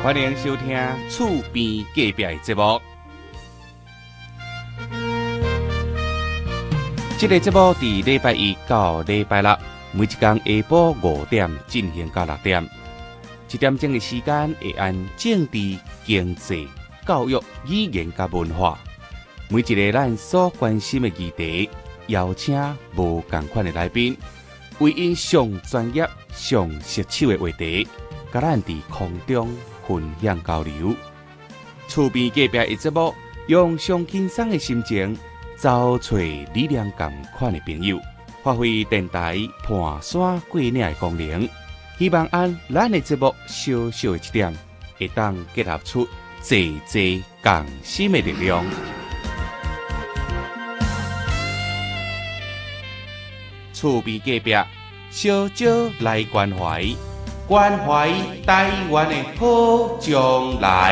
欢迎收听厝边隔壁的节目。这个节目伫礼拜一到礼拜六，每一天下晡5点进行到6点。1点钟的时间会按政治、经济、教育、语言甲文化，每一个咱所关心的议题，邀请无同款的来宾，为因上专业、上实手的话题，甲咱伫空中分享交流。厝边隔壁的节目，用上轻松的心情，找找理念同款的朋友，发挥电台盘山过岭的功能。希望按咱的节目小小的一点，会当结合出济济共心的力量。厝边隔壁，小少来关怀，关怀台湾的好将来。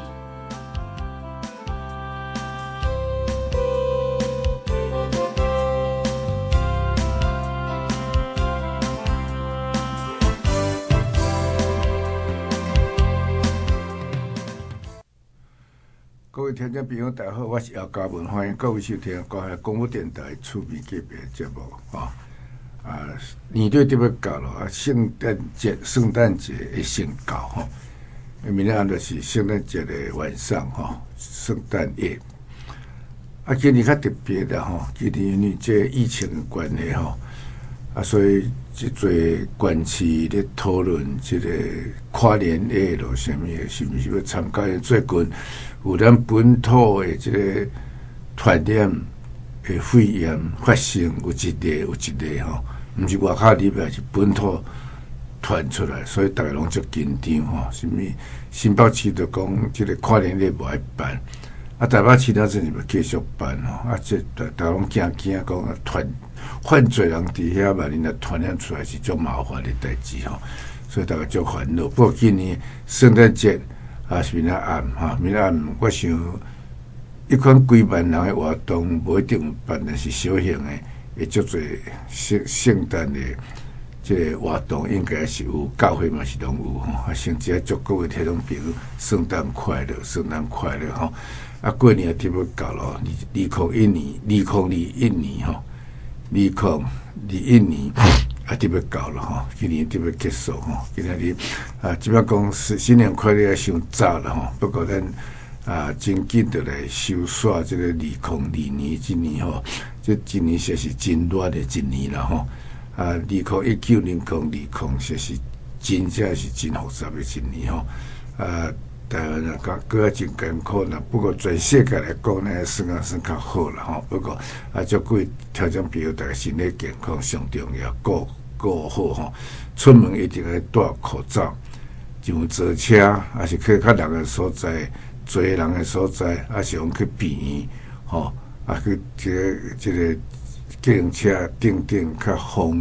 各位听众朋友，大家好，我是姚嘉文，欢迎各位收听高雄广播电台厝边隔壁的节目。年底就要到了，圣诞节的先到明天就是圣诞节的晚上圣诞夜。今年较特别的今年因为这疫情的关系所以即侪官司咧讨论这个跨年夜咯，什么是不是要参加？最近有咱本土的这个传染的肺炎发生，有一个毋是外口里边，是本土传出来，所以大家拢足紧张什么新北市就讲这个跨年夜无爱办，台北市那阵是要继续办这大家拢惊讲犯罪人伫遐，万一若传染出来是足麻烦的代志所以大家足烦恼。不过今年圣诞节是明仔暗明仔暗，我想一款几万人的活动无一定办，但是小型的，会足侪圣诞的这个活动应该是有，教会嘛是拢有先只祝各位听众朋友圣诞快乐，圣诞快乐过年就要到了，2021年就要到了今年就要结束今仔日即摆讲新年快乐伤早了不过咱真紧就来收煞这个2022年今年这今年实是真乱的一年啦2019、2020实是真正是真复杂的一年台湾人过真艰苦啦，不过全世界来讲呢，算较好啦不过足贵调整朋友，大家身体健康上重要，顾好出门一定要戴口罩，上坐车还是去较人的所在，多人的所在，还是讲去病院去这个计程车顶较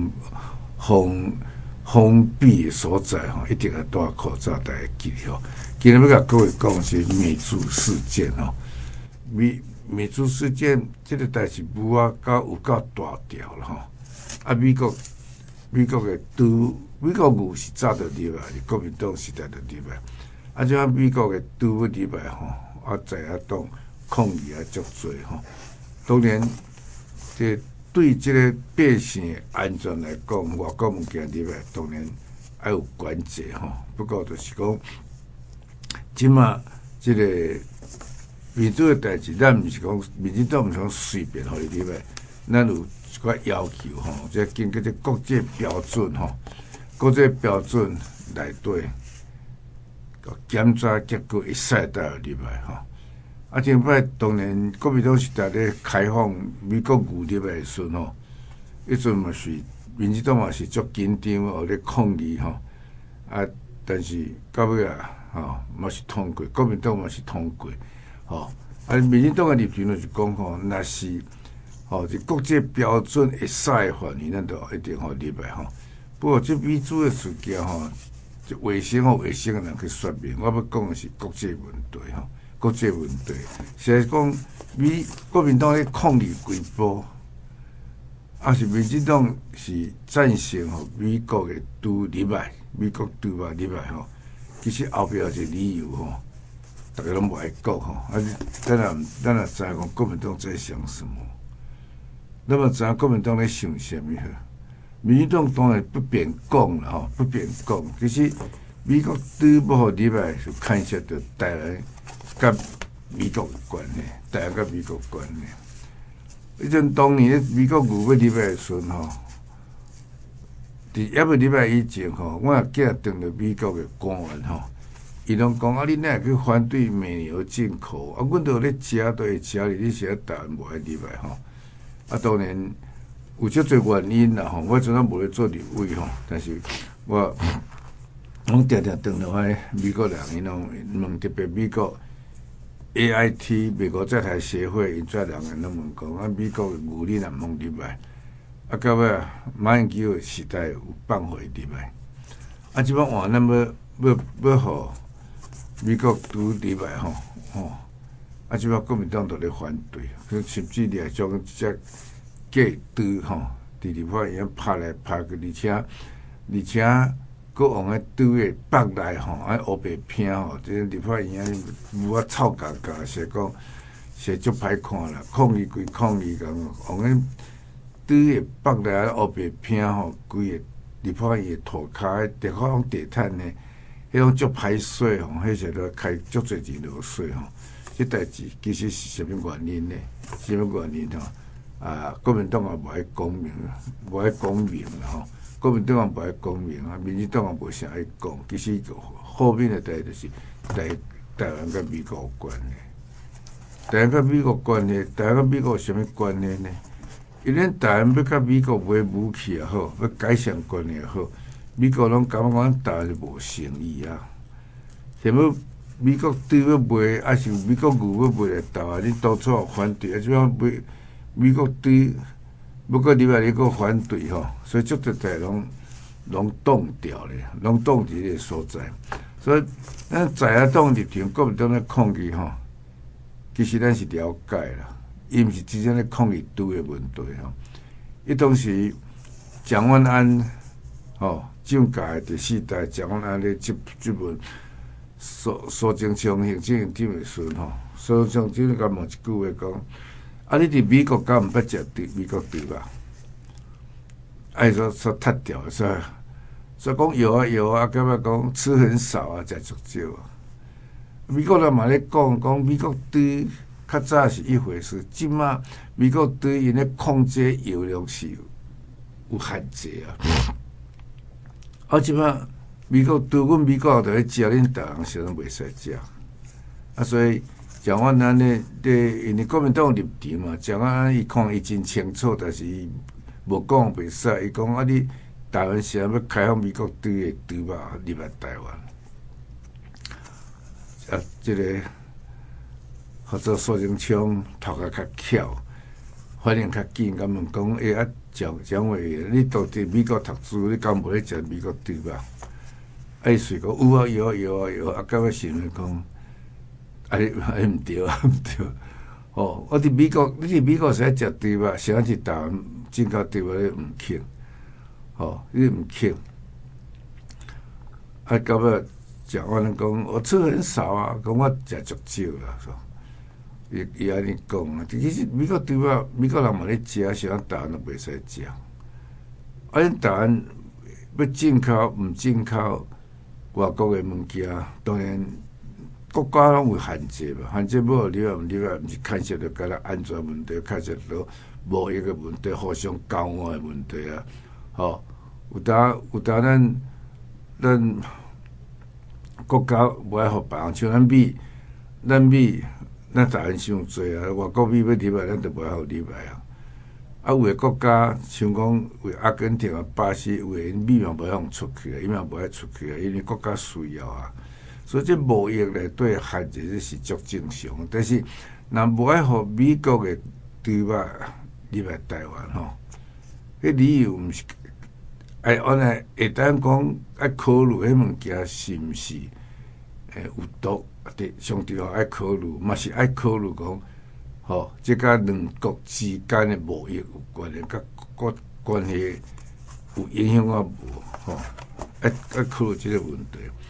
封闭的所在一定要戴口罩，大家记住今天要甲各位讲是美猪事件美猪事件这个代志有够大条了美国的美国牛是早就入来，国民党时代就入来这美国的猪入来在党抗议足多当然这对这个百姓的安全来讲，外国物件入来当然要有管制不过就是讲即马这个民主的代志，咱毋是讲民进党毋是讲随便互伊入来，咱有一寡要求这经过这国际标准国际标准内底检查结果会使带入来前摆当然国民党时代咧开放美国牛入来的时阵迄阵嘛是民进党嘛是足紧张咧抗议但是到尾嘛是通过，国民党嘛是通过民进党的立场就是讲若是这国际标准会使的范围，咱就一定入来不过这美猪的事件这卫生的人去说明，我要讲的是国际问题国际问题，是讲国民党咧抗议规波，是民进党是赞成美国的猪入来，美国猪肉入来其实后壁有一个理由吼，大家拢无爱讲吼。咱也知影讲国民党在想什么，那么知影国民党咧想什么？民进党当然不便讲啦吼，不便讲。其实美国对要互入来就牵涉到台湾甲美国的关系，台湾甲美国关系。迄阵当年美国牛要入来的时阵吼，伫还未入来以前吼，我也寄电到美国的官员吼，伊拢讲啊，你哪会去反对美牛进口？啊，阮都有咧食，都会食哩，你是台湾无爱入来吼。啊，当然有足侪原因啦吼，我阵仔无咧做立委吼，但是我常常转落来美国人，伊拢问特别美国 AIT 美国在台协会，因遮人拢问讲啊，美国的牛你若望入来，啊，到尾马英九的时代有放回入来，啊，即摆换咱要互美国拄入来吼，啊，即摆国民党都咧反对，甚至咧将遮假猪吼，伫立法院拍来拍去，而且佫往个猪诶腹内吼，啊黑白片吼，即立法院有啊臭嘎嘎，是讲是足歹看啦，抗议归抗议，讲往个猪诶腹内啊黑白片吼，规个立法院诶涂骹地方用地毯呢，迄种足歹洗吼，迄是著开足侪钱落水吼。即代志其实是啥物原因呢？啥物原因吼？啊，国民党也无爱讲明，无爱讲明啦吼。国民党也无爱讲明啊，民进党也无啥爱讲。其实后面的代就是台湾甲美国有关系。台湾甲美国关系，台湾甲美国有啥物关系呢？因为台湾要甲美国买武器也好，要改善关系也好，美国拢感觉讲台湾是无诚意啊。什么美国猪要卖，还是美国牛要卖来台湾？你当初反对，啊，即摆美国猪要搁入来，你搁反对吼，所以足多代拢挡掉咧，拢挡伫迄个所在。所以咱在野党立场，国民党咧抗议吼，其实咱是了解啦，伊毋是真正咧抗议猪的问题吼。伊当时蒋万安吼上届第四代蒋万安咧质问苏贞昌行政院长的时阵吼，苏贞昌甲问一句话讲。啊！你伫美国敢毋捌食美国猪吧？哎，说踢掉，说讲有啊，感觉讲吃很少啊，食足少啊。美国人嘛咧讲美国猪较早是一回事，即马美国猪因咧控制药量是有限制啊。啊，即马美国猪，阮美国就咧食，恁台湾是拢袂使食啊，所以。蒋万安呢？因为国民党立场嘛，蒋万安伊讲伊真清楚，但是伊无讲袂使。伊讲啊，你台湾是要开放美国猪的猪肉入来台湾，啊，这个或者苏贞昌头壳较巧，反应较紧，甲问讲，啊，蒋委员，你到伫美国读书，你敢无咧食美国猪肉？啊，伊随讲有啊，到尾想咧讲。毋对啊，毋对。哦，你伫美国是爱食猪肉，是爱伫台湾进口猪肉，你毋肯。哦，你毋肯。啊，到尾蒋万安讲，我吃很少啊，讲我食足少啦，说。伊安尼讲啊，其实美国猪肉，美国人嘛咧食，是咱台湾都袂使食。啊，咱台湾要进口毋进口外国的物件，当然。国家拢有限制嘛，限制要互你毋是牵涉到甲咱安全问题，牵涉到贸易的问题，互相交换的问题啊。吼，有当咱国家无爱互别人，像咱台湾伤济啊，外国米要入来，咱就无爱互入来啊。啊，有诶国家像讲为阿根廷啊、巴西，有诶米嘛无爱互出去啊，伊嘛无爱出去啊，因为国家需要啊。所以这贸易内底限制这是足正常，但是若无爱互美国的猪肉入来台湾吼，迄理由毋是哎安尼会当讲爱考虑迄物件是毋是有毒，对，上重要爱考虑，嘛是爱考虑讲吼，这甲两国之间的贸易有关系，甲关系有影响啊无吼，爱考虑这个问题。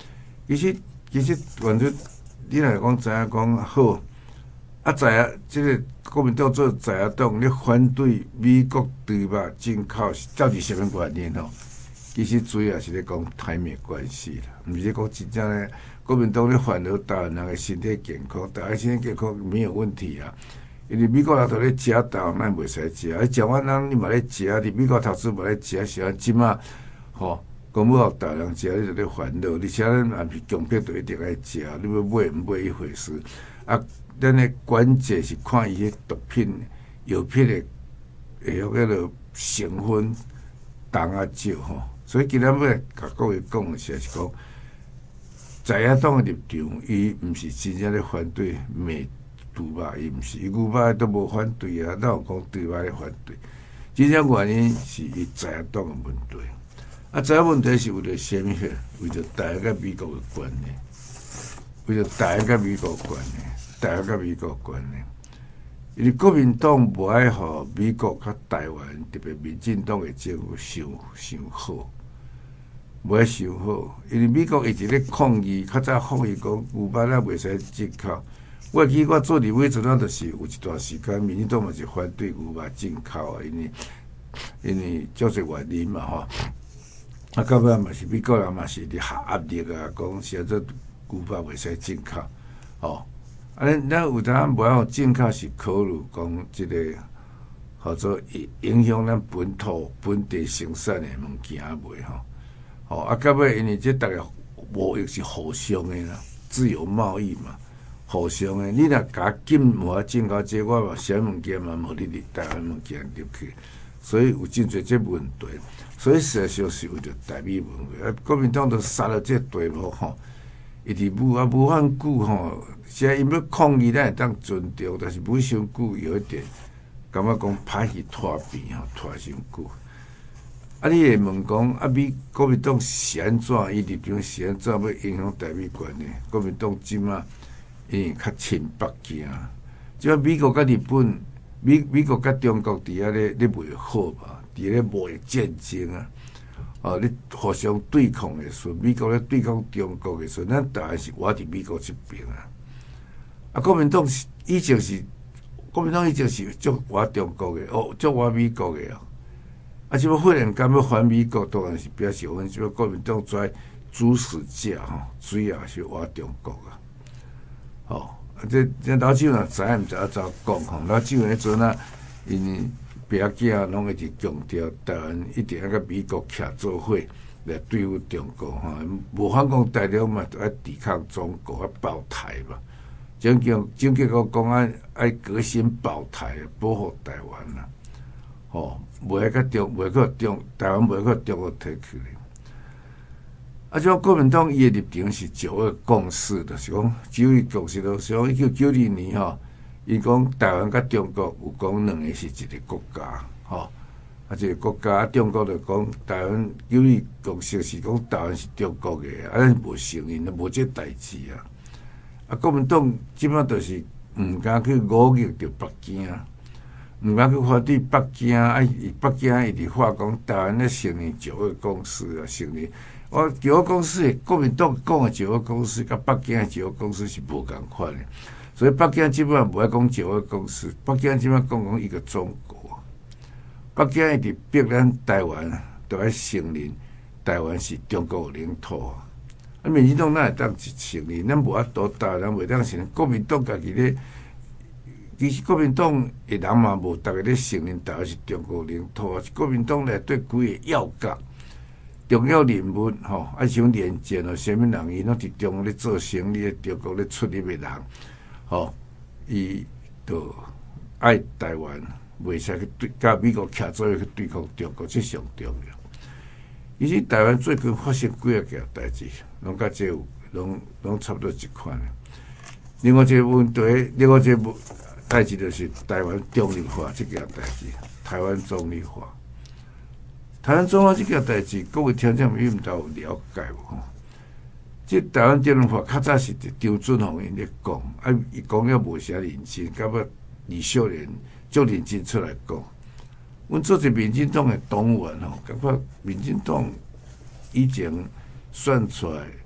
其实原则你若讲知影讲好，知影即个国民党做在野党咧反对美国猪肉进口，到底什么原因吼？其实主要是咧讲台美关系啦，毋是讲真正咧国民党咧烦恼台湾人的身体健康，台湾身体健康没有问题啊。因为美国人都咧食豆，咱袂使食。台湾人你嘛咧食，伫美国投资嘛咧食，是安即马吼，讲要台湾人食，你就咧烦恼。而且咱也是强迫，就一定爱食，你要买毋买一回事。啊，咱的关键是看伊迄毒品、药品的会迄个成分重啊少吼。所以今日要甲各位讲的是讲，在野党的立场，伊毋是真正咧反对美猪肉，伊毋是，伊牛肉都无反对啊，哪有讲猪肉咧反对？真正原因是伊在野党的问题。啊，这个问题是为着啥物？为着台湾甲美国的关系，为着台湾甲美国关系，台湾甲美国关系。因为国民党无爱互美国甲台湾，特别民进党的政府想好。无爱想好，因为美国一直咧抗议，较早抗议讲牛肉咱袂使进口。我记我做立委阵啊，就是有一段时间，民进党嘛是反对牛肉进口啊，因为足侪原因嘛吼。啊，到尾嘛是美国人嘛是伫下压力啊，讲现在牛肉袂使进口，吼。啊，咱有当无爱进口是考虑讲即个，或者影响咱本土本地生产的物件袂吼。啊，到尾因为这大家贸易是互相的啦，自由贸易嘛，互相的。你若甲禁无法进口这，我嘛啥物件嘛无你入台湾物件入去，所以有真侪这问题。所以事实上是为着台美问题。啊，国民党都杀了这题目吼，一直无遐久吼，现在因要抗议，咱会当尊重，但是无伤久有一点感觉讲歹去拖边吼，拖伤久。啊！你会问讲啊？国民党是安怎？伊立场是安怎要影响台美关系？国民党即马因为较亲北京，即马美国甲日本、美国甲中国伫遐咧袂好嘛？伫咧贸易战争啊！咧互相对抗的时候，美国咧对抗中国的时候，咱当然是活伫美国这边啊！啊，国民党以前是足活中国的，足活美国的哦。啊！即要忽然间要反美国，当然是表示阮即个国民党在主使者吼，主要是活中国啊。吼、啊！这老蒋若知影，毋知影怎讲吼？老蒋迄阵啊，因爸囝拢会伫强调台湾一定要甲美国徛做伙来对付中国吼。无反讲台湾嘛，就要抵抗中国，要保台嘛。蒋经国讲爱革新保台，保护台湾啦。吼，袂去台湾袂去中国摕去咧。啊，即国民党伊的立场是九二共识，就是讲九二共识就是讲1992年吼，伊讲台湾甲中国有讲两个是一个国家，吼，啊一个国家，啊中国就讲台湾92共识是讲台湾是中国的，啊咱无承认，无这代志啊。啊，国民党即摆就是毋敢去侮辱着北京。毋敢去反对北京，北京一直话讲台湾咧承认九二共识啊，承认我九二共识，国民党讲的九二共识，甲北京的九二共识是无共款的，所以北京基本上无爱讲九二共识，北京基本上讲一个中国，北京一直逼咱台湾都要承认台湾是中国的领土啊，民进党哪会当承认？咱无法度台湾袂当承认，国民党家己咧。其实国民党的人嘛无逐个咧承认台湾是中国领土啊，是国民党内底几个要角、重要人物吼，像连战哦，啥物人伊拢伫中国咧做生意，中国咧出入的人，吼，伊就爱台湾，袂使去对甲美国徛做去对抗中国，这上重要。其实台湾最近发生几啊件代志，拢甲这有，拢差不多一款。另外一个问题，代志就是台湾中立化这件代志，台湾中立化，台湾中立化这件代志，各位听众朋友毋知有了解无？即台湾中立化较早是张俊宏因咧讲，伊讲了无啥认真，到尾李秀莲足认真出来讲。阮做一民进党的党员吼，感觉民进党以前选出来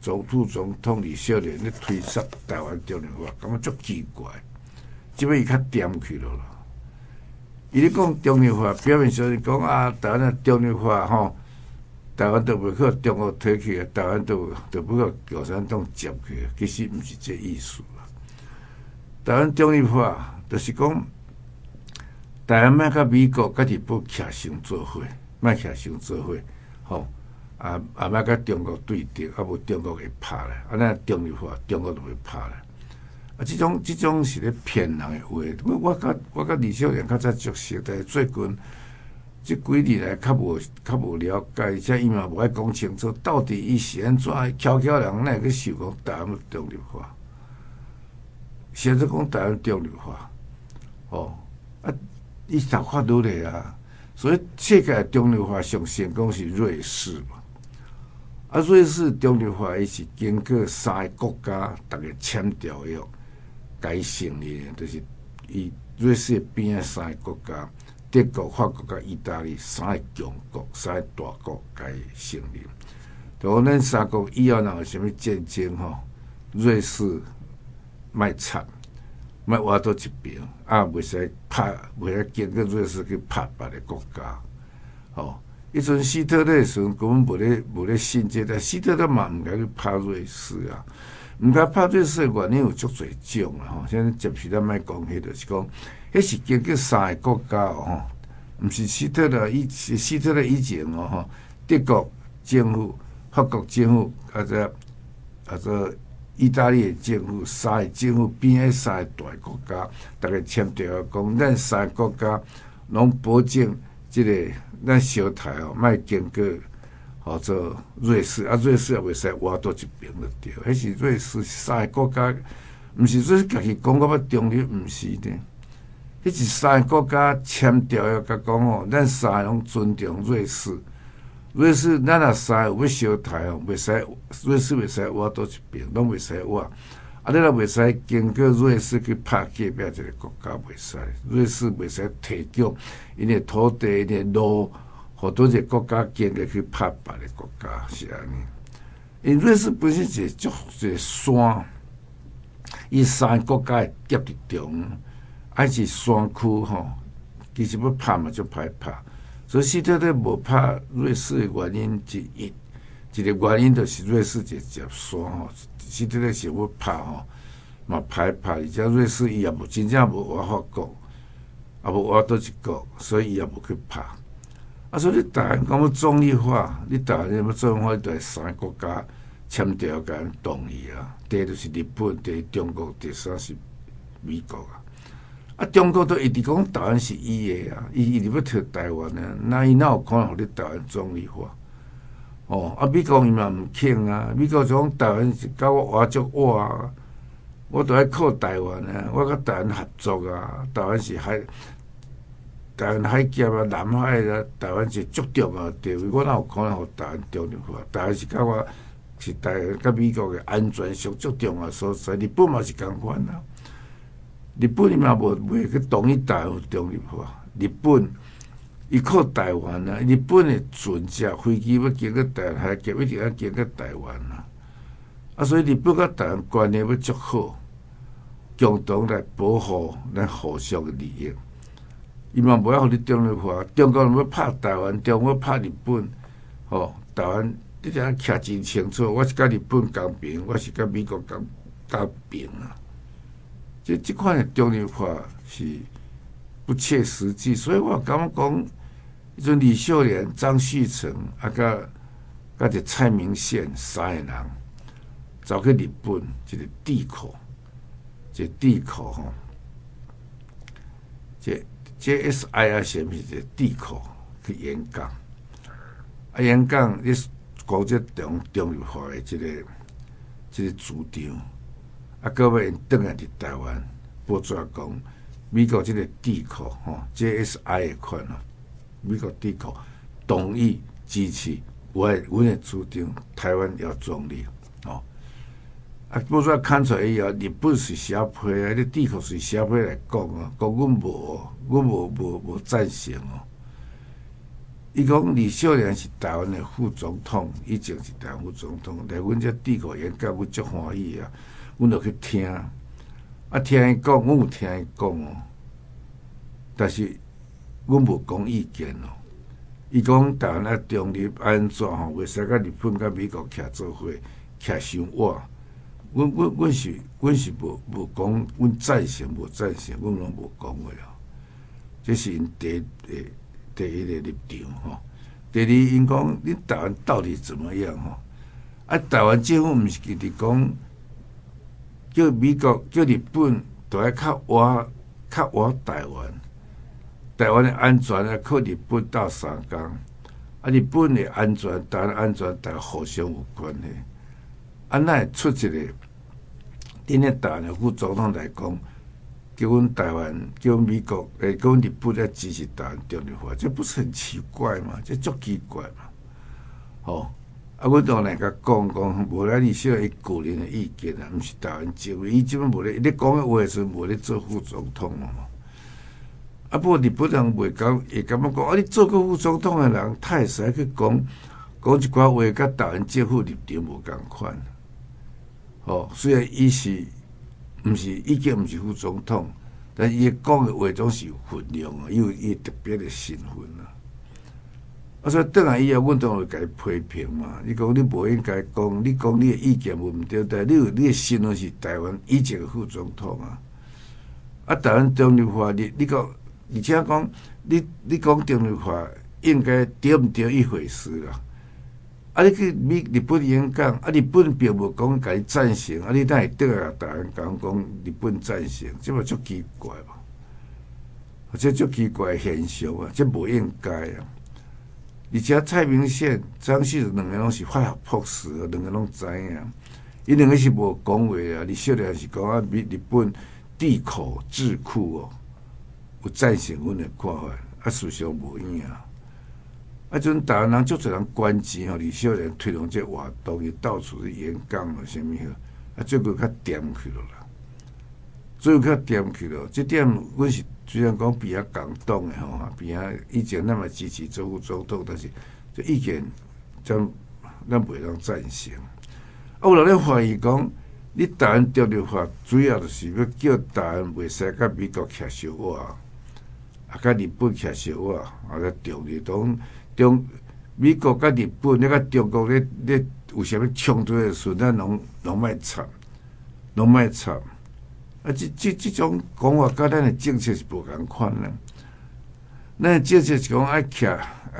总统李秀莲咧推崇台湾中立化，感觉足奇怪。即摆伊较掂去了啦。伊咧讲中立化，表面上是讲啊，台湾的中立化吼，台湾都袂去中国摕去，台湾都要去共产党接去，其实毋是这意思啦。台湾中立化就是讲，台湾莫甲美国、甲日本徛成做伙，莫徛成做伙，吼。莫甲中国对敌，啊无中国会拍来，那中立化，中国就会拍来。即种是咧骗人的话。我甲李秀莲较早熟悉，但是最近即几年来较无了解，而且伊嘛无爱讲清楚，到底伊是安怎悄悄人哪会去想讲台湾中立化？现在讲台湾中立化，伊头发落来啊，所以世界中立化上成功是瑞士嘛。瑞士中立化伊是经过3个国家逐个签条约，改成立，就是伊瑞士边仔3个国家，德国、法国甲意大利3个强国、3个大国改成立。就讲咱3国以后若有啥物战争吼，瑞士莫插，莫挖到一边，袂使拍，袂使经过瑞士去拍别个国家，迄阵希特勒时阵根本无咧信这个，希特勒嘛毋该去拍瑞士啊，毋该拍瑞士的原因有足侪种啦现在暂时咱莫讲迄，就是讲，迄是经过3个国家毋是希特勒以前德国政府、法国政府，或者意大利的政府，3个政府边迄3个大国家，逐个签条约讲，咱3个国家拢保证即个。咱小台莫经过做瑞士，瑞士也袂使挖到一边就对。迄是瑞士3个国家，毋是瑞士家己讲我要中立，毋是的。迄是3个国家签条约，甲讲咱3个拢尊重瑞士。瑞士咱若3个有要小台袂使瑞士袂使挖到一边，拢袂使挖。你若袂使经过瑞士去拍隔壁一个国家，袂使。瑞士袂使提供因的土地、因的路，互倒一个国家经过去拍别个国家，是安尼。因瑞士本身是一个山，伊3个国家会夹伫中，是山区其实要拍嘛就歹拍。所以希特勒无拍瑞士的原因之一个原因就是瑞士一个山希特勒想要拍嘛歹拍，而且瑞士伊也无真正无挖法国，也无挖倒一国，所以伊也无去拍。所以你台湾讲要中立化，你台湾要中立化，你就3个国家签条甲咱同意啊。第一就是日本，第二中国，第三是美国啊。中国都一直讲台湾是伊的啊，伊要摕台湾啊，那伊哪有可能互你台湾中立化？美国伊嘛毋肯啊，美国就讲台湾是甲我挖足挖啊，我都爱靠台湾啊，我甲台湾合作啊，台湾海峡啊，南海啊，台湾是足重要的地位，我哪有可能互台湾中立化？台湾是甲我是台湾甲美国的安全上足重要的所在，日本嘛是共款啊，日本伊嘛袂去同意台湾中立化，日本。伊靠台湾啊，日本的船只飞机要经过台湾海峡，一定要经过台湾啊。所以日本甲台湾关系要足好，共同来保护咱互相的利益。伊嘛无要互你中立化，中国人要拍台湾，中国拍日本，台湾你定要徛真清楚，我是甲日本公平，我是甲美国公平啊。这款的中立化是不切实际，所以我感觉讲。迄阵李秀莲、张旭成甲一蔡明宪3个人走去日本一个地库，这 JSIR 是一个地库去演讲，演讲你讲这中立化的这个主张，各位转来伫台湾报纸讲美国这个地库JSI 的款美国地库同意支持阮的主张，台湾要中立报纸看出来以后，日本是写批啊，你地库是写批来讲啊，讲阮无赞成伊讲李秀莲是台湾的副总统，以前是台湾副总统，来阮这帝国演讲，阮足欢喜啊，阮就去听，听伊讲，阮有听伊讲哦，但是阮无讲意见哦。伊讲台湾中立安怎吼，袂使甲日本甲美国徛做伙，徛伤晏。阮是无讲，阮赞成无赞成，阮拢无讲话哦。这是因第一个立场吼。第二，因讲恁台湾到底怎么样吼？台湾政府毋是直直讲叫美国叫日本都要较活台湾，台湾的安全要靠日本斗相共，日本的安全、台湾安全，大家互相有关系。哪会出一个恁咧台湾的副总统来讲？叫阮台湾，叫美国，叫阮日本来支持台湾中立化，这不是很奇怪吗？这足奇怪嘛！吼，阮当然甲讲，无来李秀伊个人的意见啊，毋是台湾政府，伊即本无咧，你讲的话的时阵无咧做副总统嘛。不过日本人会感觉讲，你做过副总统的人，他会使去讲一寡话，甲台湾政府立场无共款。吼，虽然伊是。已经毋是副总统，但伊讲的话总是有分量啊，有伊特别的身份啊。所以转来以后，阮当然会甲伊批评嘛。你讲你无应该讲，你讲你的意见无毋对，但你的身份是台湾以前的副总统啊。台湾中立化，你讲，而且讲你讲中立化应该对毋对一回事啦。你去日本演讲，日本并无讲甲你赞成，你哪会倒来台湾讲日本赞成，这嘛足奇怪嘛？这足奇怪的现象啊，这无应该啊！而且蔡明宪、张旭两个拢是法学博士，两个拢知影，伊两个是无讲话啊。李秀莲是讲日本帝口智库哦，有赞成阮的看法，事实上无影啊。阵台湾人足侪人关钱吼，李秀莲推动这活动，伊到处去演讲咯，啥物好，最后较掂去咯啦，最后较掂去咯。这点阮是虽然讲比较感动的吼，比较以前那么支持做副总统，但是这意见咱袂当赞成。有人咧怀疑讲，你台湾中立化主要就是要叫台湾袂使甲美国徛小我，甲日本徛小我，甲中立中美国甲日本，甲中国咧有啥物冲突的时，咱拢莫插。这种讲法，甲咱的政策是无共款啦。咱的政策是讲爱徛，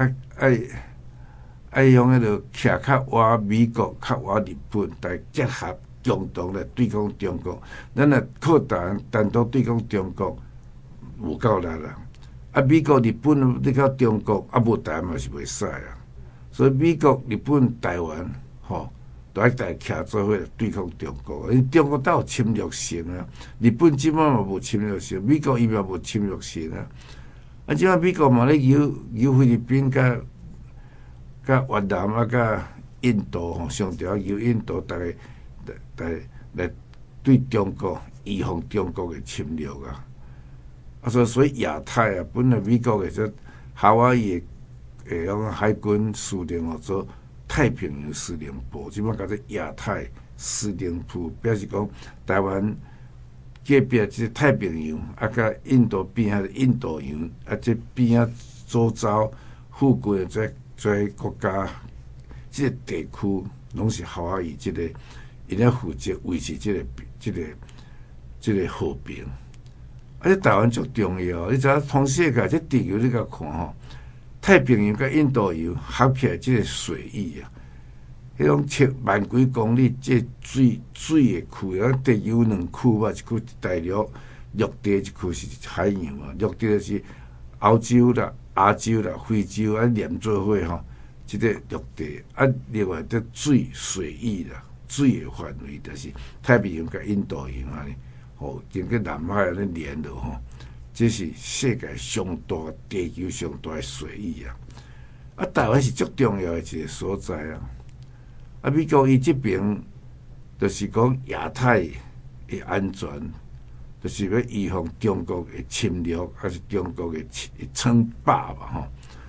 爱用迄个徛较活美国，较活日本，来结合共同来对抗中国。咱若靠单独对抗中国，无够力啦。美国、日本你到中国，无台湾嘛是袂使啊。所以美国、日本、台湾，都爱大徛做伙对抗中国。因中国都有侵略性啊，日本即摆嘛无侵略性，美国伊嘛无侵略性啊。即摆美国嘛咧由菲律宾甲越南甲印度上条由印度大家来对中国预防中国的侵略啊。所以亚太啊，本来美国的这夏威夷的海军司令做太平洋司令部，即摆叫做亚太司令部，表示讲台湾隔壁即太平洋，甲印度边仔印度洋，这边仔周遭附近的这国家，这个地区拢是夏威夷这个，因咧负责维持这个和平。这台湾足重要，你知影全世界这地球你甲看吼，太平洋甲印度洋合起来这个水域啊，迄种10000几公里这水的区啊，地球2区吧，一区大陆陆地，一区是海洋啊，陆地就是欧洲啦、亚洲啦、非洲连做伙吼，这个陆地另外这水域啦，水的范围就是太平洋甲印度洋安尼。经过南海咧连落吼，这是世界上大、地球上大的水域啊！台湾是足重要的一个所在啊！美国伊这边就是讲亚太的安全，就是要预防中国的侵略，还是中国的称霸嘛吼！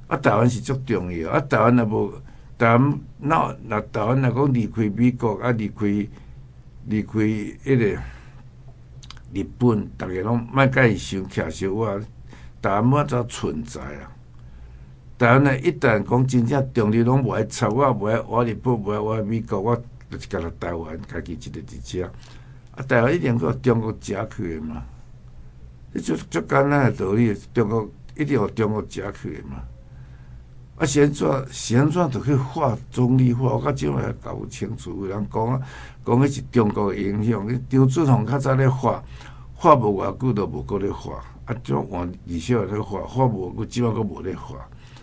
台湾是足重要，台湾若无台湾那台湾若讲离开美国离开迄个日本，逐个拢莫甲伊伤徛小我，台湾要怎存在啊？台湾呢，一旦讲真正中日拢无爱插我，无爱我日本，无爱我美国，我就是干了台湾家己一个伫遮。台湾一定要中国食去的嘛？这足简单的道理，中国一定要中国食去的嘛？是安怎就去化中立化？我到即摆搞不清楚。有人讲迄是中国的影响。张志宏较早咧化无偌久，都无搁咧化。种换二小咧化无久，即摆搁无咧化。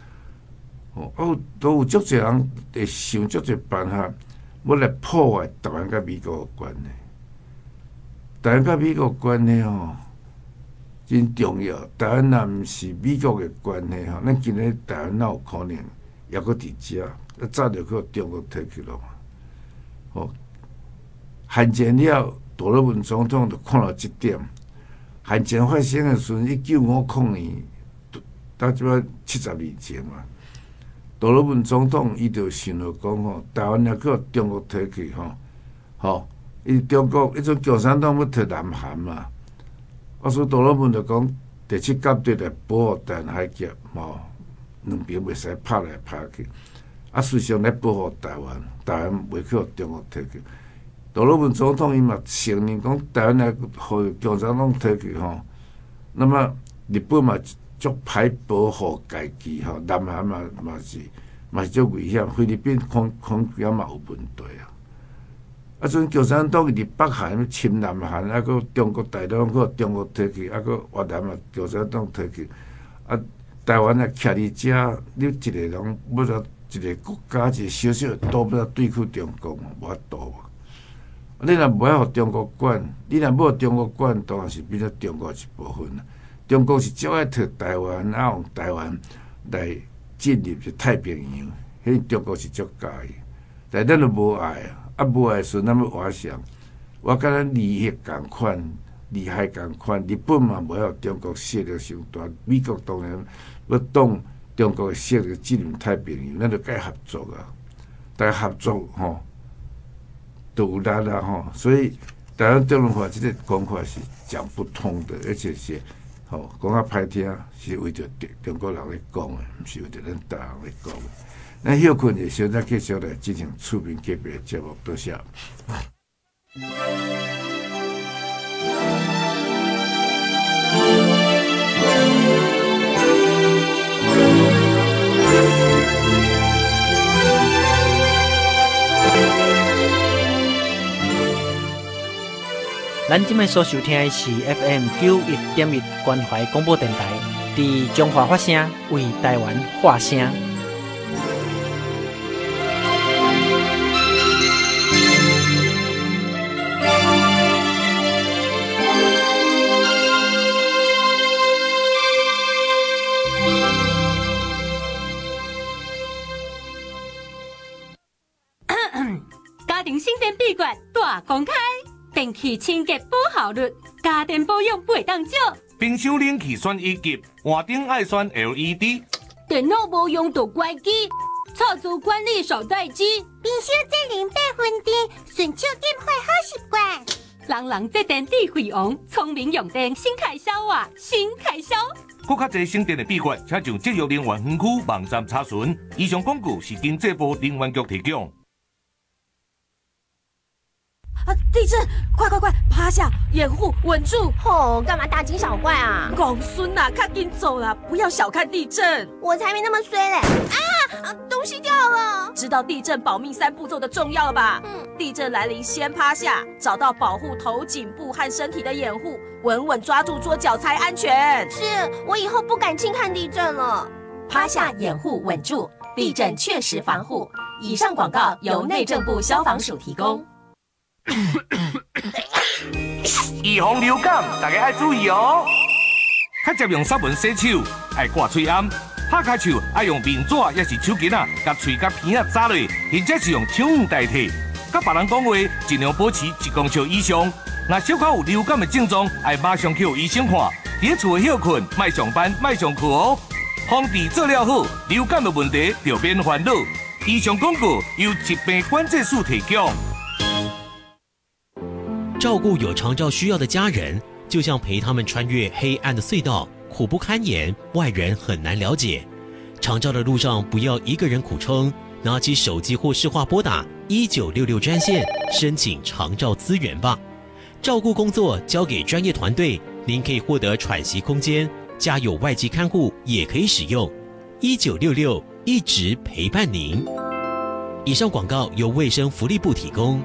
都有足侪人会想足侪办法，要来破坏台湾甲美国的关系。台湾甲美国关系真重要。台湾若毋是美国的关系咱今日台湾哪有可能还搁伫遮？早就去中国摕去了嘛。汉奸了，杜鲁门总统就看到即点。汉奸发生的时阵，1950年，到即摆70年前嘛。杜鲁门总统伊就想着讲台湾要去中国摕去伊中国迄阵共产党要摕南韩嘛，所以杜鲁门就讲第7舰队来保护台湾海峡，两边袂使拍来拍去，实际上来保护台湾袂去中国摕去。杜鲁门总统伊嘛承认讲台湾来互共产党摕去那么日本嘛足歹保护家己南韩嘛是足危险，菲律宾空军嘛有问题阵共产党伫北韩侵南韩，搁中国大陆搁中国摕去，搁越南嘛共产党摕去，台湾徛伫遮，你一个人要一个国家一个小小的岛要对付中国，无法度啊！你若无爱互中国管，你若要中国管，当然是变做中国一部分。中国是足爱摕台湾，用台湾来进入太平洋，迄中国是足介意，但咱就无爱无爱时，咱要活想，我甲咱利益共款，利害共款。日本嘛无爱中国势力伤大，美国当然要当中国的势力进入太平洋，咱就该合作啊！大家合作都有力啦所以台湾对论法这个讲法是讲不通的，而且是讲较歹听，是为着中国人咧讲的，毋是为着咱台湾咧讲的。咱休困者，小再继续来进行厝边隔壁的节目，多谢。 咱今麦所收听的是 FM 91.1关怀广播电台，伫中华发声，为台湾发声。 家庭省电秘诀大公开。电器清洁保效率，家电保养袂当少。 冰箱冷气选1级，换灯爱选 LED。 电脑无用就关机，操作管理手待机。 冰箱节能8分电，顺手点坏好习惯。 人节电智慧王，聪明用电，新开销啊，新开销。 更较侪省电的秘诀，请上节约能源园区网站查询。以上广告是经济部能源局提供。 地震！快，趴下，掩护，稳住！ 干嘛大惊小怪啊？ 公孙呐，赶紧走啦！不要小看地震， 我才没那么衰嘞！东西掉了。 知道地震保命3步骤的重要了吧？地震来临，先趴下，找到保护头、颈部和身体的掩护，稳稳抓住桌角才安全。 是我以后不敢轻看地震了。 趴下，掩护，稳住，地震确实防护。以上广告由内政部消防署提供。 预防流感，大家要注意哦。较常用沙文洗手，爱挂嘴暗。拍开手爱用面纸，也是手巾甲喙甲鼻扎落，或者是用手语代替。甲别人讲话，尽量保持1公尺以上。若小可有流感的症状，爱马上去医生看。伫厝休困，莫上班，莫上课哦。 防治做了好，流感的问题就免烦恼。以上广告由疾病管制署提供。 照顾有长照需要的家人，就像陪他们穿越黑暗的隧道，苦不堪言，外人很难了解。长照的路上，不要一个人苦撑，拿起手机或视话拨打1966专线，申请长照资源吧。照顾工作交给专业团队，您可以获得喘息空间，家有外籍看护也可以使用。1966一直陪伴您。以上广告由卫生福利部提供。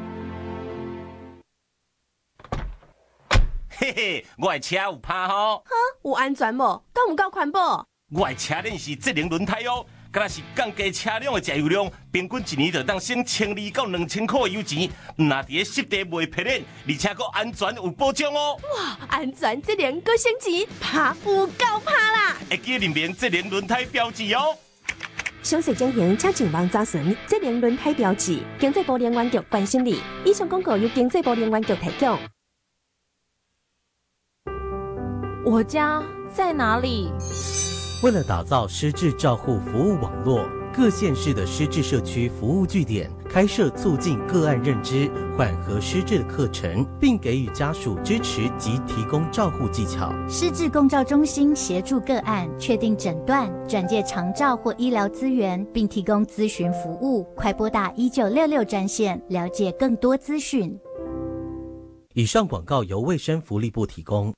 嘿嘿，我的车有趴吼。 哈，有安全无？够唔够环保？ 我的车链是智能轮胎哦，敢若是降低车辆的加油量，平均一年就当省1200到2000块的油钱。若伫咧湿地袂撇链，而且佫安全有保障哦。 哇，安全智能佫省钱，趴有够趴啦！ 会记认明智能轮胎标志哦。 详细情形请前往查询智能轮胎标志。经济部能源局关心你。以上广告由经济部能源局提供。 我家在哪里？ 为了打造失智照护服务网络，各县市的失智社区服务据点开设促进个案认知、缓和失智的课程，并给予家属支持及提供照护技巧。 失智共照中心协助个案确定诊断、转介长照或医疗资源，并提供咨询服务。快拨打1966专线，了解更多资讯。 以上广告由卫生福利部提供。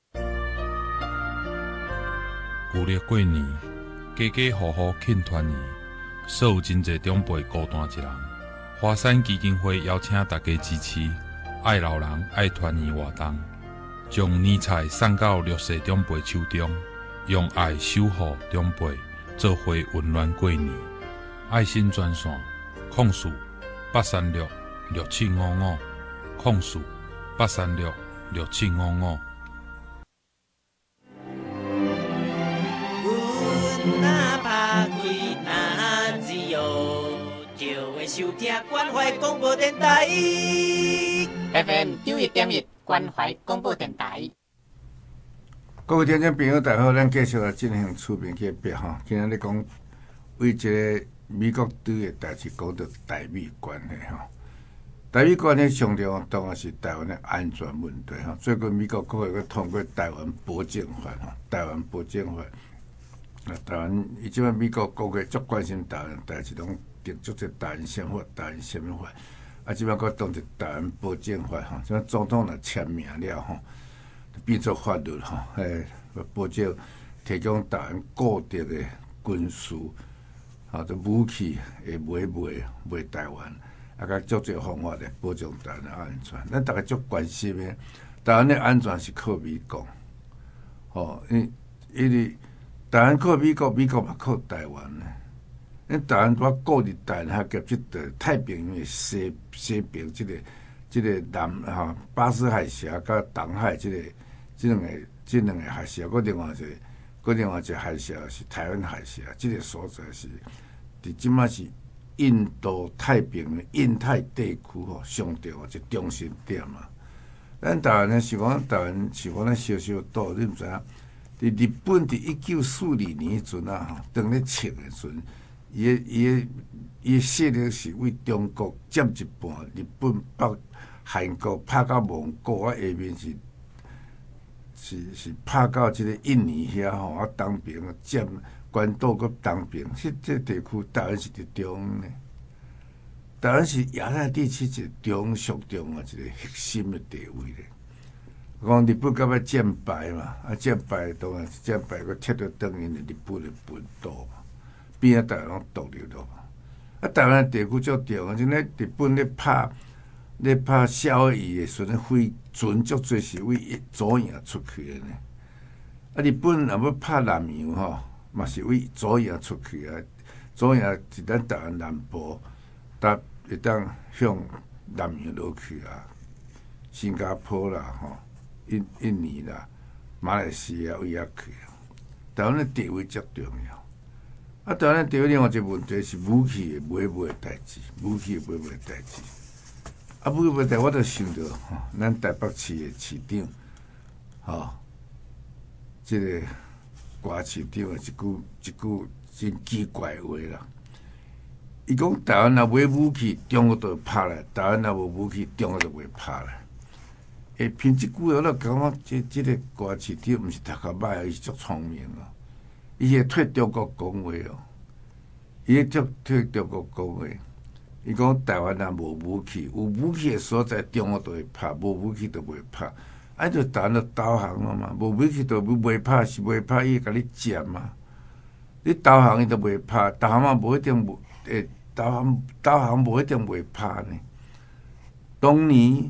旧历过年，家家户户庆团圆，所有真侪长辈孤单一人。华山基金会邀请大家支持爱老人爱团圆活动，将年菜送到弱势长辈手中，用爱守护长辈，做伙温暖过年。爱心专线：04 836 6755 04 836 6755。 哪怕贵哪自由，就会收听关怀广播电台 FM 91.1关怀广播电台。 各位听众朋友，大家好，咱继续来进行厝边去别哈。今日咧讲为一个美国队的代志，讲到台美关系哈。台美关系上重当然是台湾的安全问题哈。最近美国国会佮通过台湾保证法哈，台湾保证法。台湾，伊即摆美国国会足关心台湾代志，拢定足侪台湾宪法、台湾宪法。啊，即摆佮当一台湾保证法吼，即摆总统若签名了吼，变做法律吼，保证提供台湾固定的军事，吼，这武器会卖台湾，啊，甲足侪方法来保障台湾的安全。咱大家足关心的，台湾的安全是靠美国，吼，因为。台湾靠美国，美国嘛靠台湾呢。因台湾拄顾入台湾还夹即个太平洋的西边，即个南巴士海峡甲东海即两个海峡，另外一个海峡是台湾海峡，即个所在是伫即马是印度太平洋印太地区上重一中心点嘛。咱台湾呢是讲台湾是讲咱小小岛，你毋知影？伫日本伫1942年阵啊，当咧清诶阵，伊诶势力是为中国占一半，日本、韩国拍到蒙古啊，下面是拍到即个印尼遐吼，啊东边占关岛佮东边，这地区台湾是伫中呢。台湾是亚太地区一中上重啊一个核心诶地位咧。讲日本到尾战败嘛，啊战败当然是战败，佮撤到当因的日本的本岛嘛，边啊台湾拢独立了嘛。啊台湾地区足重啊，像咧日本咧拍夏威夷的时阵，飞船足侪是为左营出去的呢。啊日本若要拍南洋吼，嘛是为左营出去啊。左营是咱台湾南部，会当向南洋落去啊，新加坡啦吼。印尼啦、马来西亚位遐去啊，台湾的地位足重要。啊，台湾的地位另外一个问题是武器的买卖代志，武器的买卖代志。啊，买卖代我就想到吼，咱台北市的市长，吼，即个歌市长的一句真奇怪的话啦。伊讲台湾若买武器，中国就会拍来；台湾若无武器，中国就袂拍来。会凭即句话，我感觉即个歌市长毋是读较歹，伊是足聪明哦。伊会替中国讲话哦，伊会替中国讲话。伊讲台湾若无武器，有武器的所在，中国就会拍；无武器就袂拍。啊，就台湾就投降了嘛，无武器就袂拍，是袂拍，伊会甲你占嘛。你投降伊就袂拍，投降嘛无一定投降无一定袂拍呢。当年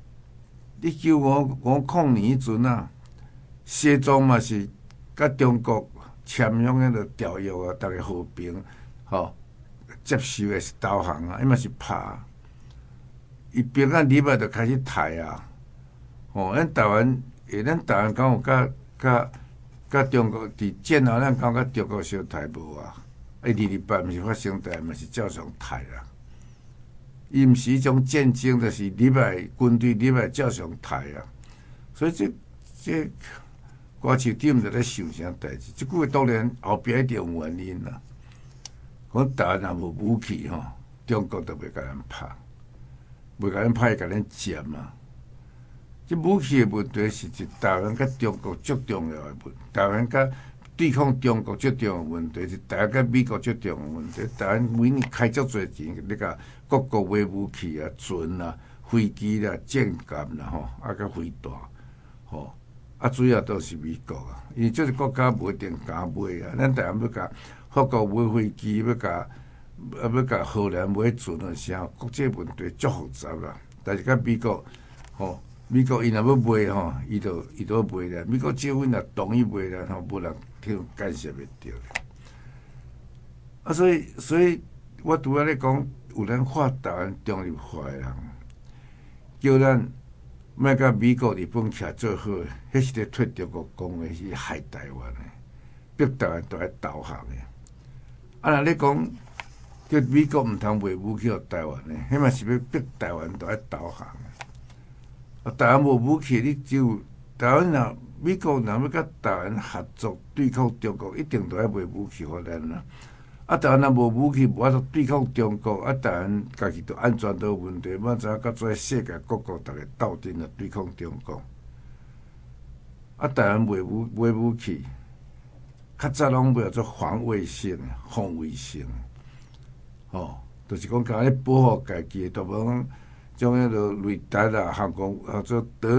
1950年迄阵啊，西藏嘛是甲中国签约迄个条约啊，逐个和平接受的是投降啊，伊嘛是拍。伊兵啊入来就开始抬啊。咱台湾敢有甲中国伫战后，咱敢有甲中国相抬无啊？228毋是发生代，嘛是照常抬啦。伊毋是迄种战争，就是入来军队入来照常抬啊。所以这歌市长就咧想啥代志？即句话当然后壁一定有原因啦。讲台湾若无武器中国就袂甲咱拍，袂甲咱拍，会甲咱占啊。即武器的问题是一台湾甲中国最重要的问题，台湾甲对抗中国最重要的问题是台湾甲美国最重要的问题。台湾每年开足侪钱，你甲各国买武器啊、船啊、飞机啦、舰舰啦甲飞弹主要都是美国啊，因为这个国家无一定敢买啊。咱台湾要甲法国买飞机，要甲荷兰买船的时候，国际问题足复杂啦。但是甲美国美国伊若要买伊就买啦。美国政府若同意买啦无人去干涉袂着。所以我拄仔咧讲，有咱画台湾中立化的人，叫咱莫甲美国、日本徛做好，迄是咧替中国讲的，是害台湾的，逼台湾都来投降的。若咧讲叫美国毋通卖武器互台湾的，迄嘛是要逼台湾都来投降的。台湾无武器，你只有台湾若美国若要甲台湾合作对抗中国，一定都要卖武器互咱啦。台湾若无武器，无法度对抗中国，台湾家己就安全都有问题，莫知影甲做世界各国逐个斗阵来对抗中国。台湾卖武器，较早拢卖做防卫性、防卫性，就是讲甲咧保护家己，都无讲种迄个雷达啦、航空做得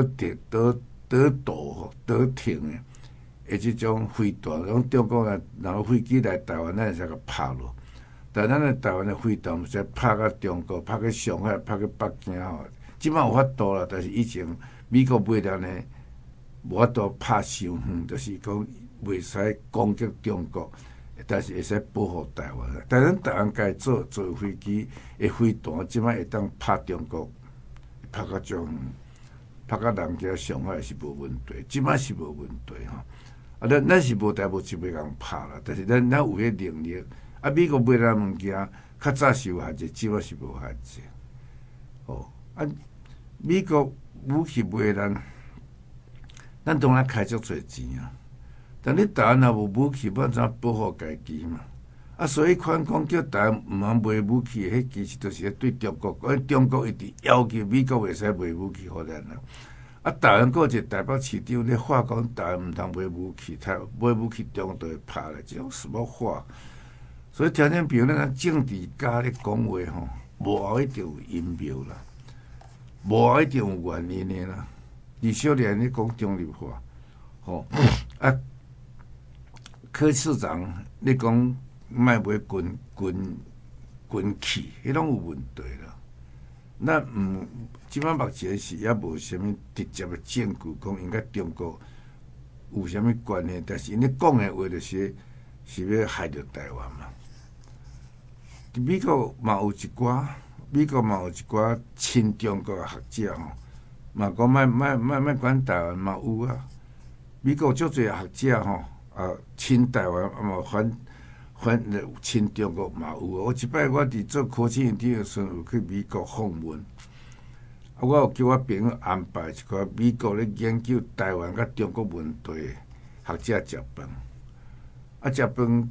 停的即种飞弹，讲中国若飞机来台湾，咱会使甲拍落。但咱台湾的飞弹毋使拍到中国、拍去上海、拍去北京即摆有法度啦，但是以前美国买了呢，无法度拍伤远，就是讲袂使攻击中国，但是会使保护台湾。但咱台湾家做飞机的飞弹，即摆会当拍中国，拍到足远，拍到南京、上海是无问题，即摆是无问题咱是无代无志要共拍啦，但是咱有迄能力。美国买咱物件，较早是有限制，即摆是无限制。美国武器买咱当然开足侪钱啊。但你台湾若无武器，要怎保护家己嘛？所以看讲叫台湾毋通买武器，迄其实就是对中国讲，中国一直要求美国袂使买武器互咱啦。台湾个一个台北市长咧话讲，台湾毋通买武器，买武器中国就会拍咧，这种什么话？所以条件比如咱政治家咧讲话无后一定有阴谋啦，无后一定有原因的啦。李小莲咧讲中立化，柯市长咧讲卖买军器，迄拢有问题啦。咱即摆目前是也无啥物直接的证据讲因甲中国有啥物关系，但是因咧讲的话就是要害着台湾嘛。美国嘛有一寡亲中国的学者嘛讲莫管台湾嘛有啊。美国足侪学者亲台湾嘛反亲中国嘛有。我一摆我伫做科技研究的时阵有去美国访问，我有叫我朋友安排一个美国咧研究台湾甲中国问题的学者食饭。 食饭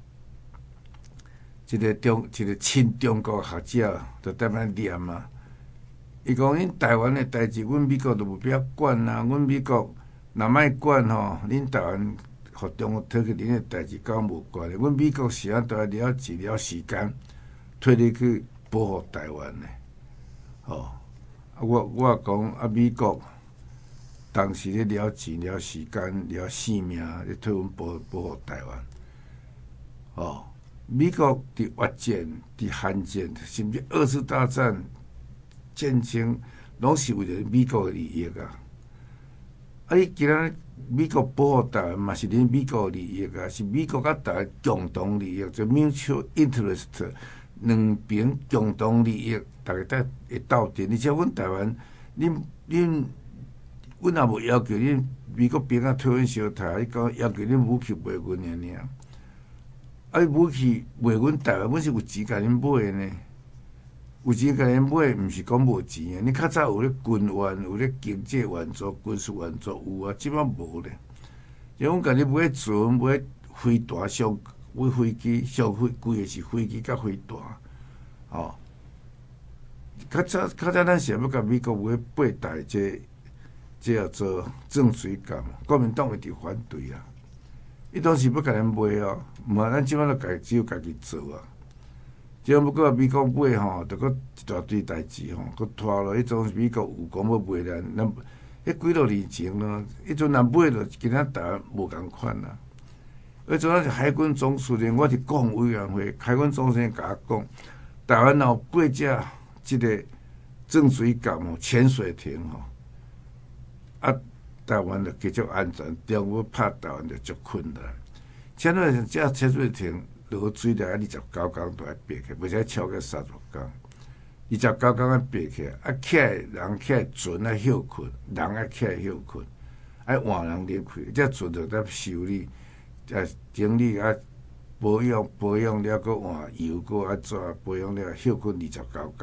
一个亲中国学者就踮咧念啊。伊讲恁台湾的代志，阮美国都无必要管啊。阮美国若莫管吼，恁台湾互中国摕去恁的代志，敢无关的。阮美国是都要了一了时间，摕你去保护台湾的。吼，我讲啊，美国当时咧了钱、了时间、了性命，咧替阮保护台湾。吼，美国伫越战、伫韩战，甚至二次大战。战争拢是为了美国的利益啊！啊，你今仔美国保护台湾嘛是恁美国的利益啊，是美国甲台湾共同利益，就 mutual interest， 两边共同利益，大家会斗阵。而且阮台湾，阮也无要求恁美国兵啊退阮小台，伊讲要求恁武器卖阮尔。啊，武器卖阮台湾，阮是有钱甲恁买的呢。有钱甲恁买，毋是讲无钱啊！你较早有咧军援，有咧经济援助、军事援助有啊，即摆无咧。像阮甲你买船、买飞弹、买飞机、上贵诶是飞机甲飞弹，吼。较早咱是要甲美国买八代，这叫做正水港，国民党一直反对啊。伊当时要甲咱买哦，毋啊，咱即摆都只有家己做啊。即要搁美国买吼，着搁一大堆代志吼，搁拖落。迄种美国有讲要买咱，迄几落年前咯，迄阵若买落，今仔台湾无共款啦。迄阵仔是海军总司令，我伫国防委员会，海军总司令甲我讲，台湾有8只即个正水港吼，潜水艇吼，啊，台湾就继续安全，中国拍台湾就足困难。这潜水艇。落水来29工都要爬起，袂使超过30工。29工要爬起，啊起来人起来船啊休困，人啊起来休困，啊换人入去，这船就得修理，整理啊保养了，搁换油，搁啊怎保养了休困29工。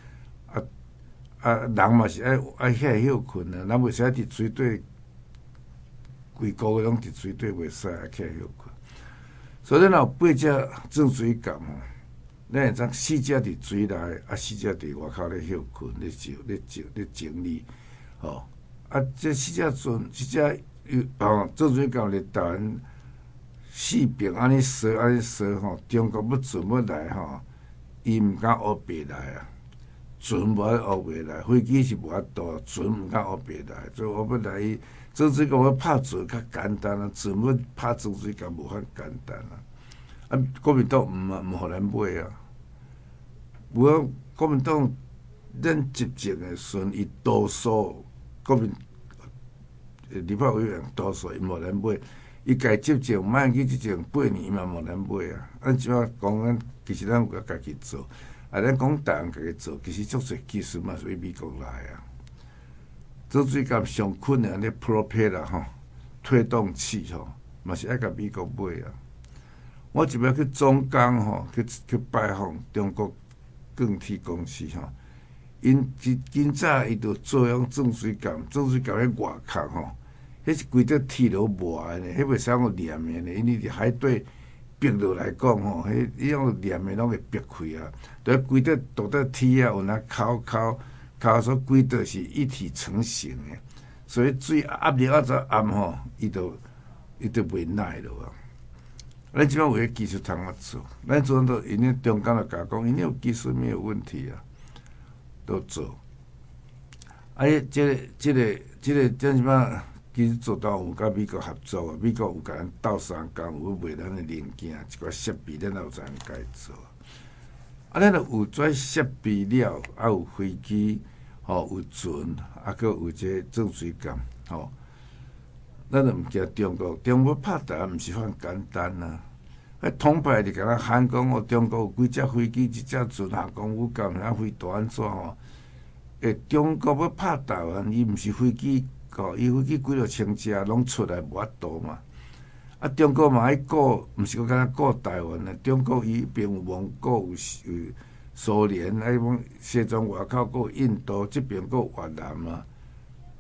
人嘛是爱起来休困啊，咱袂使伫水底，规个月拢伫水底袂使啊起来休困。所以咱有8只正水港吼，咱会当4只伫水内，啊4只伫外口咧休困、咧整理，吼。啊，这4只船，4只正水港咧台湾四边安尼说吼，中国要船要来吼，伊毋敢乌白来啊，船无乌白来，飞机是无法度，船毋敢乌白来，所以我要来。正水港要拍船较简单啊，船要拍正水港无法简单啊。啊，国民党毋互咱买啊。无国民党咱执政的时阵，伊多数国民立法委员多数伊无咱买，伊家执政莫去执政8年嘛无咱买啊。咱即摆讲咱其实咱有家己做，啊，咱讲台湾家己做，其实足侪技术嘛是美国来啊。正水港上困难的 propeller 吼，推动器吼，嘛是爱甲美国买啊。我一摆去中钢吼，去拜访中国钢铁公司吼，因今早伊就做用正水港迄外壳吼，迄是规只铁路磨的呢，迄袂使用黏的呢，因为伫海底逼落来讲吼，迄用黏的拢会逼开啊，就规只大只铁啊，有那靠所规道是一体成型的，所以水压力啊再暗吼，伊就袂耐了啊。咱即摆有迄技术通啊做，咱做都因咧中间就甲讲，因有技术没有问题啊，都做。啊，即个即摆其实做到有甲美国合作啊，美国有甲咱斗相共，有卖咱的零件，一寡设备咱也有才该做。啊，咱有遮设备了，啊有飞机。吼、有船，啊，搁有这正水港，吼、咱就毋惊中国。中国拍台湾毋是遐简单啊！迄统派就甲咱喊讲哦，中国有几只飞机、一只船、航空母舰、啥飞弹安怎吼？中国要拍台湾，伊毋是飞机，吼，伊飞机几落千只拢出来无法度嘛。啊，中国嘛爱顾，毋是讲敢若顾台湾啊。中国伊边有蒙古有苏联，啊，往西藏外口，搁有印度，即边搁有越南嘛，啊，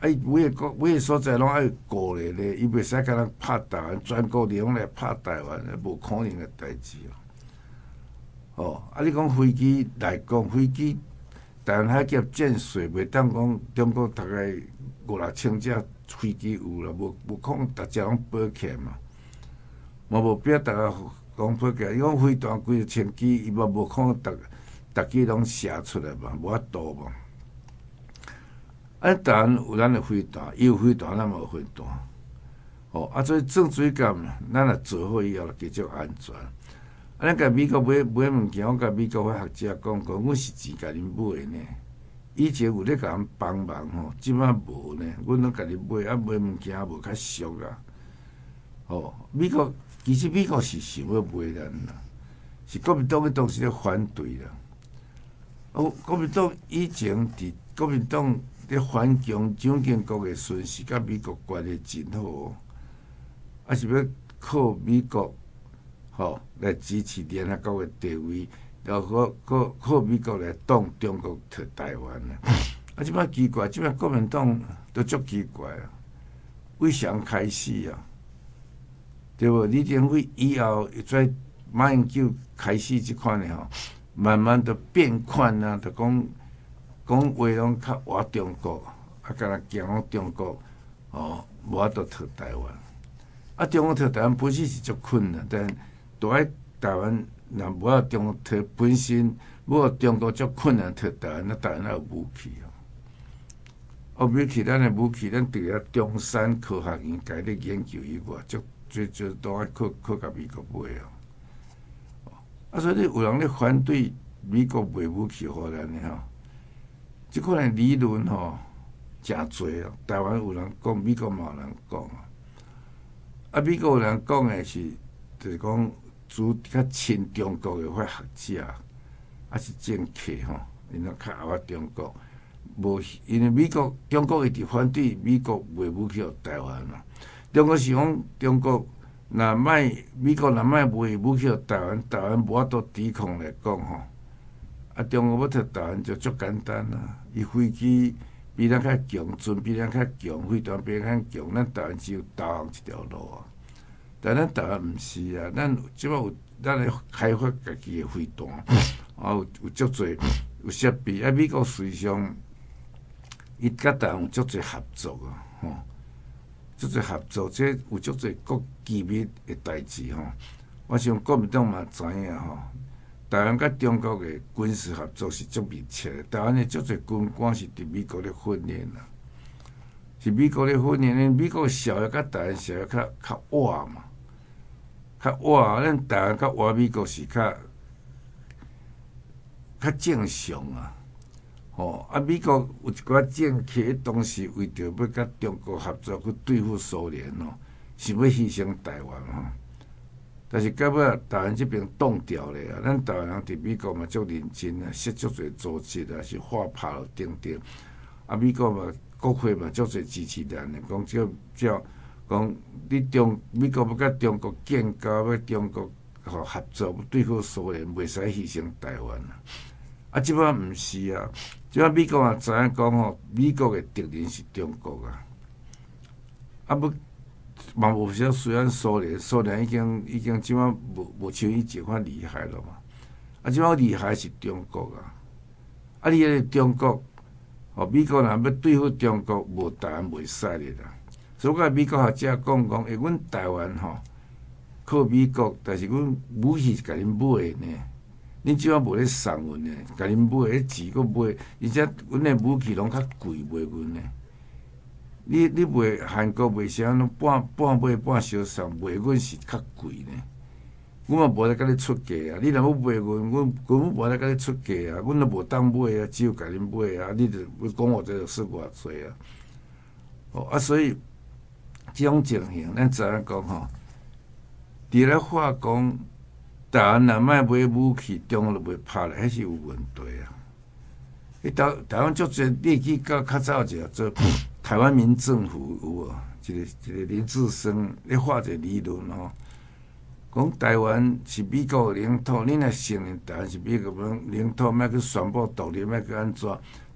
每个所在拢爱顾咧，伊袂使甲人拍台湾，全国地方来拍台湾，无可能嘅代志哦。你讲飞机来讲，飞机台湾海峡建设袂当讲中国大概5-6千架飞机有啦，无可能逐只拢保起来嘛，嘛无必要大家讲保起来。伊讲飞弹几千机，伊嘛无可能逐机拢射出来嘛，无法度嘛。台湾有咱的飞弹，伊有飞弹，咱嘛有飞弹。所以正水感，咱若做好以后，继续安全。咱甲美国买物件，我甲美国迄学者讲，阮是钱甲恁买呢。以前有咧甲人帮忙即摆无呢，阮拢甲恁买，买物件无较俗啊。美国其实美国是想要买咱啦，是国民党迄当时咧反对啦。国民党以前伫国民党咧反蒋经国的时是甲美国关系真好，是要靠美国来支持联合国的地位，然后靠美国来挡中国摕台湾即摆奇怪，即摆国民党都足奇怪啊！为啥开始啊？对无？李登辉以后，在马英九开始即款的慢慢的变款啊，就讲话拢较活中国，敢若惊讲中国无法度摕台湾。中国摕台湾本身是足困难，但都爱台湾若无法中国摕本身，无中国足困难摕台湾，台湾有武器武器咱的武器，咱除了中山科学院家咧研究以外，最都爱靠甲美国买所以有人咧反对美国卖武器互咱的即款的理论诚侪台湾有人讲，美国嘛有人讲美国有人讲的是，就是讲主较亲中国的迄学者，是政客因较爱中国。无，因为中国一直反对美国卖武器互台湾嘛。中国是讲中国美国若卖武器互台湾，台湾无法度抵抗来讲中国要摕台湾就足简单啦。伊飞机比咱较强，船比咱较强，飞弹比咱较强，咱台湾只有投降一条路啊。但咱台湾毋是啊，咱即摆有咱咧开发家己的飞弹，有足侪有设备美国实际上。伊甲台湾有足侪合作足侪合作，这有足侪国机密的代志我想国民党嘛知影台湾甲中国的军事合作是足密切的。台湾的足侪军官是伫美国咧训练啦，是美国咧训练。美国小学甲台湾小学较晚嘛，较晚。咱台湾甲晚美国是较正常啊。美国有一寡政客，当时为着要甲中国合作去对付苏联是要牺牲台湾但是到尾台湾这边挡掉咧咱台湾人伫美国嘛足认真设足侪组织是画拍了等等美国嘛国会嘛足侪支持咱讲讲美国要甲中国建交，要中国合作要对付苏联，袂使牺牲台湾即摆毋是啊！即摆美国也知影讲美国的敌人是中国嘛无啥虽然苏联已经即摆无像以前遐厉害了嘛。即摆厉害是中国你迄中国美国若要对付中国，无台湾袂使的啦。所以我美国学者讲，阮台湾靠美国，但是阮武器是甲恁买的呢。恁即摆无咧送阮呢，甲恁买迄钱佫买，而且阮的武器拢较贵，卖阮呢。你卖韩国卖啥拢半买半小送，卖阮是较贵呢。阮嘛无咧甲你出价你若要卖阮无咧甲你出价阮都无当买只有甲恁买你就要讲我这个是偌济所以即种情形，咱知影讲伫咧化工。台湾若卖买武器，中国就袂拍咧，迄是有问题台湾足侪，你去到较早者做台湾民政府有无？一个林志升咧画一个理论讲台湾是美国的领土，你若承认台湾是美国的领土，莫去宣布独立，莫去安怎？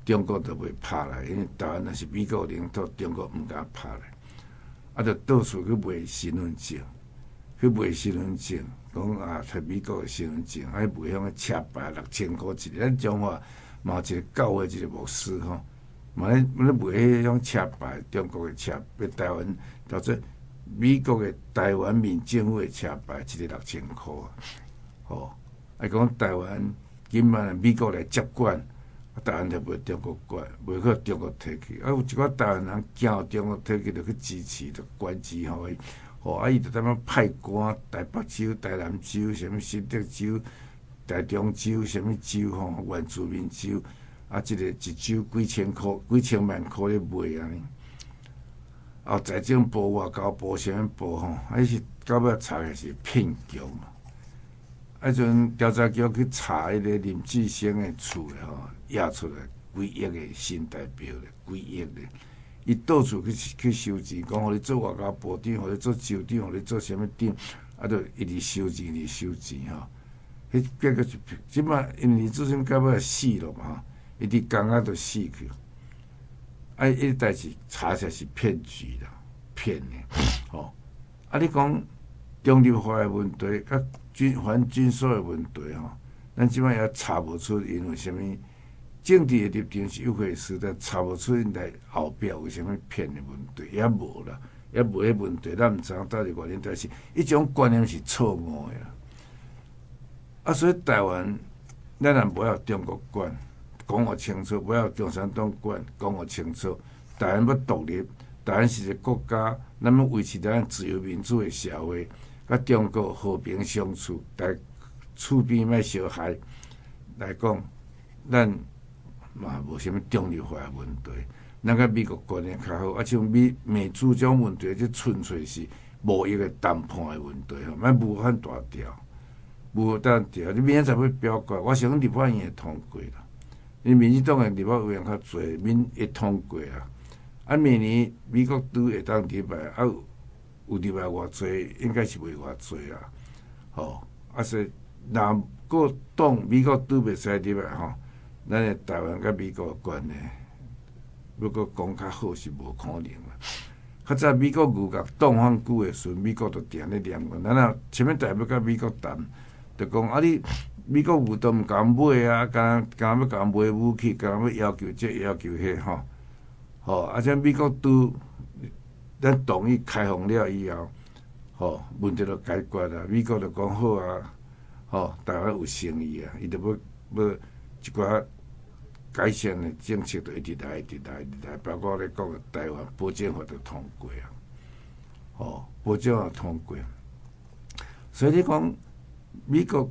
中国就袂拍来，因为台湾若是美国领土，中国毋敢拍来，啊，就到处去卖身份证，去卖身份证，讲啊，摕美国的身份证，啊，卖向个车牌6000块一个，咱中华嘛有一个教会一个牧师吼，嘛咧卖迄种车牌，中国的车，被台湾叫做美国的台湾民政府的车牌，一个6000块啊，吼，啊讲台湾今晚美国来接管。台湾就袂中国管，袂去中国摕去。啊，有一寡台湾人惊中国摕去，就去支持，就关机互伊。吼，啊，伊就踮咧派官，台北州、台南州、什么新竹州、台中州、什么州吼，原住民州，啊，一州几千块、几千万块咧卖安尼。后财政部、外交部、什么部吼，啊，是到尾查的是骗局嘛。啊，阵调查局去查迄个林志升的厝诶吼。压出来几亿的新代表咧，几亿咧，伊到处去收钱，讲互你做外交部长，互你做州长，互你做啥物长，啊，就一直收钱，一直收钱吼。迄结果是，即摆因为林志升到尾死了嘛，吼，伊伫监啊就死去。啊，迄代志查起来是骗局啦，骗的，吼。啊，你讲中立化的问题，甲反军售的问题吼，咱即摆也查无出因为啥物。政治的立场是一回事，但查不出因来后壁有啥物骗的问题，也无啦，也无迄问题，咱毋知影到底原因，但是一种观念是错误的啦。啊，所以台湾咱也不要中国管，讲互清楚，不要共产党管，讲互清楚。台湾要独立，台湾是一个国家，咱要维持咱自由民主的社会，甲中国和平相处，来厝边莫相害，来讲，咱。嘛，无啥物中立化的问题，咱甲美国关系较好，啊，像美猪这种问题，这纯粹是贸易的谈判的问题吼，莫无限大条，无大条。你明仔载要表决，我相信立法院会通过啦。因为民进党的立法委员较侪，会通过啦。啊，明年美国都会当礼拜，啊有礼拜偌侪，应该是袂偌侪啦。吼，啊说若个党美国都袂使礼拜吼。咱的台湾甲美国关系，要阁讲较好是无可能啦。较早美国牛角挡反久的时阵，美国就定咧念讲，咱若前面代表甲美国谈，就讲啊你美国牛都毋敢买啊，敢要甲买武器，敢要要求这要求迄吼，吼啊且美国都咱同意开放了以后，吼问题就解决啦。美国就讲好啊，吼台湾有诚意啊，伊就要一寡。改善的政策就一直来，包括咧讲台湾保证法就通过啊，哦，保证法通过，所以你讲美国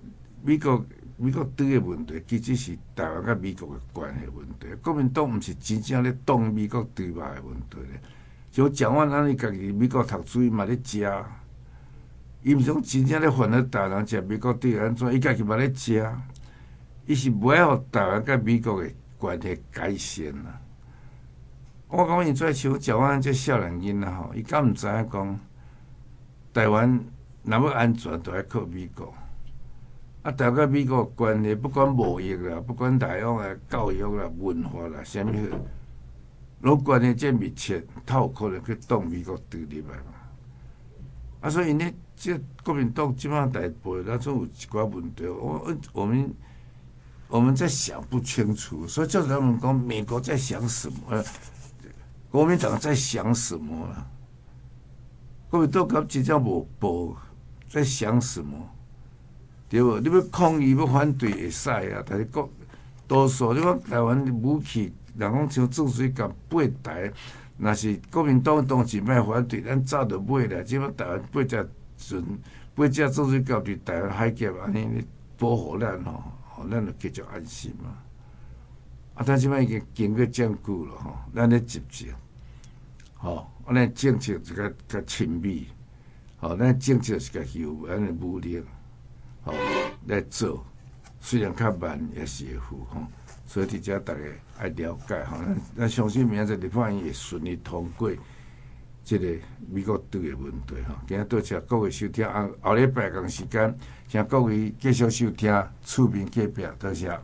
对的问题，其实是台湾甲美国的关系问题。国民党毋是真正咧挡美国对外的问题咧，像蒋万安尼家己美国读书，伊嘛咧食，伊毋是讲真正咧反对台湾食美国对安怎，伊家己嘛咧食。伊是不要互台湾甲美国的关系改善啦。我讲伊做像蒋万安这少年囡仔吼，伊敢毋知影讲台湾若要安全，都要靠美国。啊，台湾甲美国的关系，不管贸易啦，不管大洋的教育啦、文化啦，啥物事，拢关系这密切，他有可能去挡美国对立来嘛。啊，所以呢，这国民党即摆内部，咱总有一寡问题。我们在想不清楚，所以就是他们讲美国在想什么，国民党在想什么了？国民党跟真正无报，在想什么？对无？你要抗议要反对会使啊，但是多数你讲台湾的武器，人讲像郑水甲8台，若是国民党当时卖反对，咱早就买了。即摆台湾8只郑水甲伫台湾海峡安尼保护咱吼。咱就继续安心嘛。啊，但即摆已经经过这么久了吼，咱咧执政，吼，咱政策是较亲密，吼，咱政策是较柔软的武力，吼来做，虽然较慢，也是会付吼。所以伫遮大家爱了解吼，咱相信明仔立法院会顺利通过这个美国对的问题吼。今日多谢各位收听，后礼拜同时间，请各位继续收听厝边隔壁，多谢。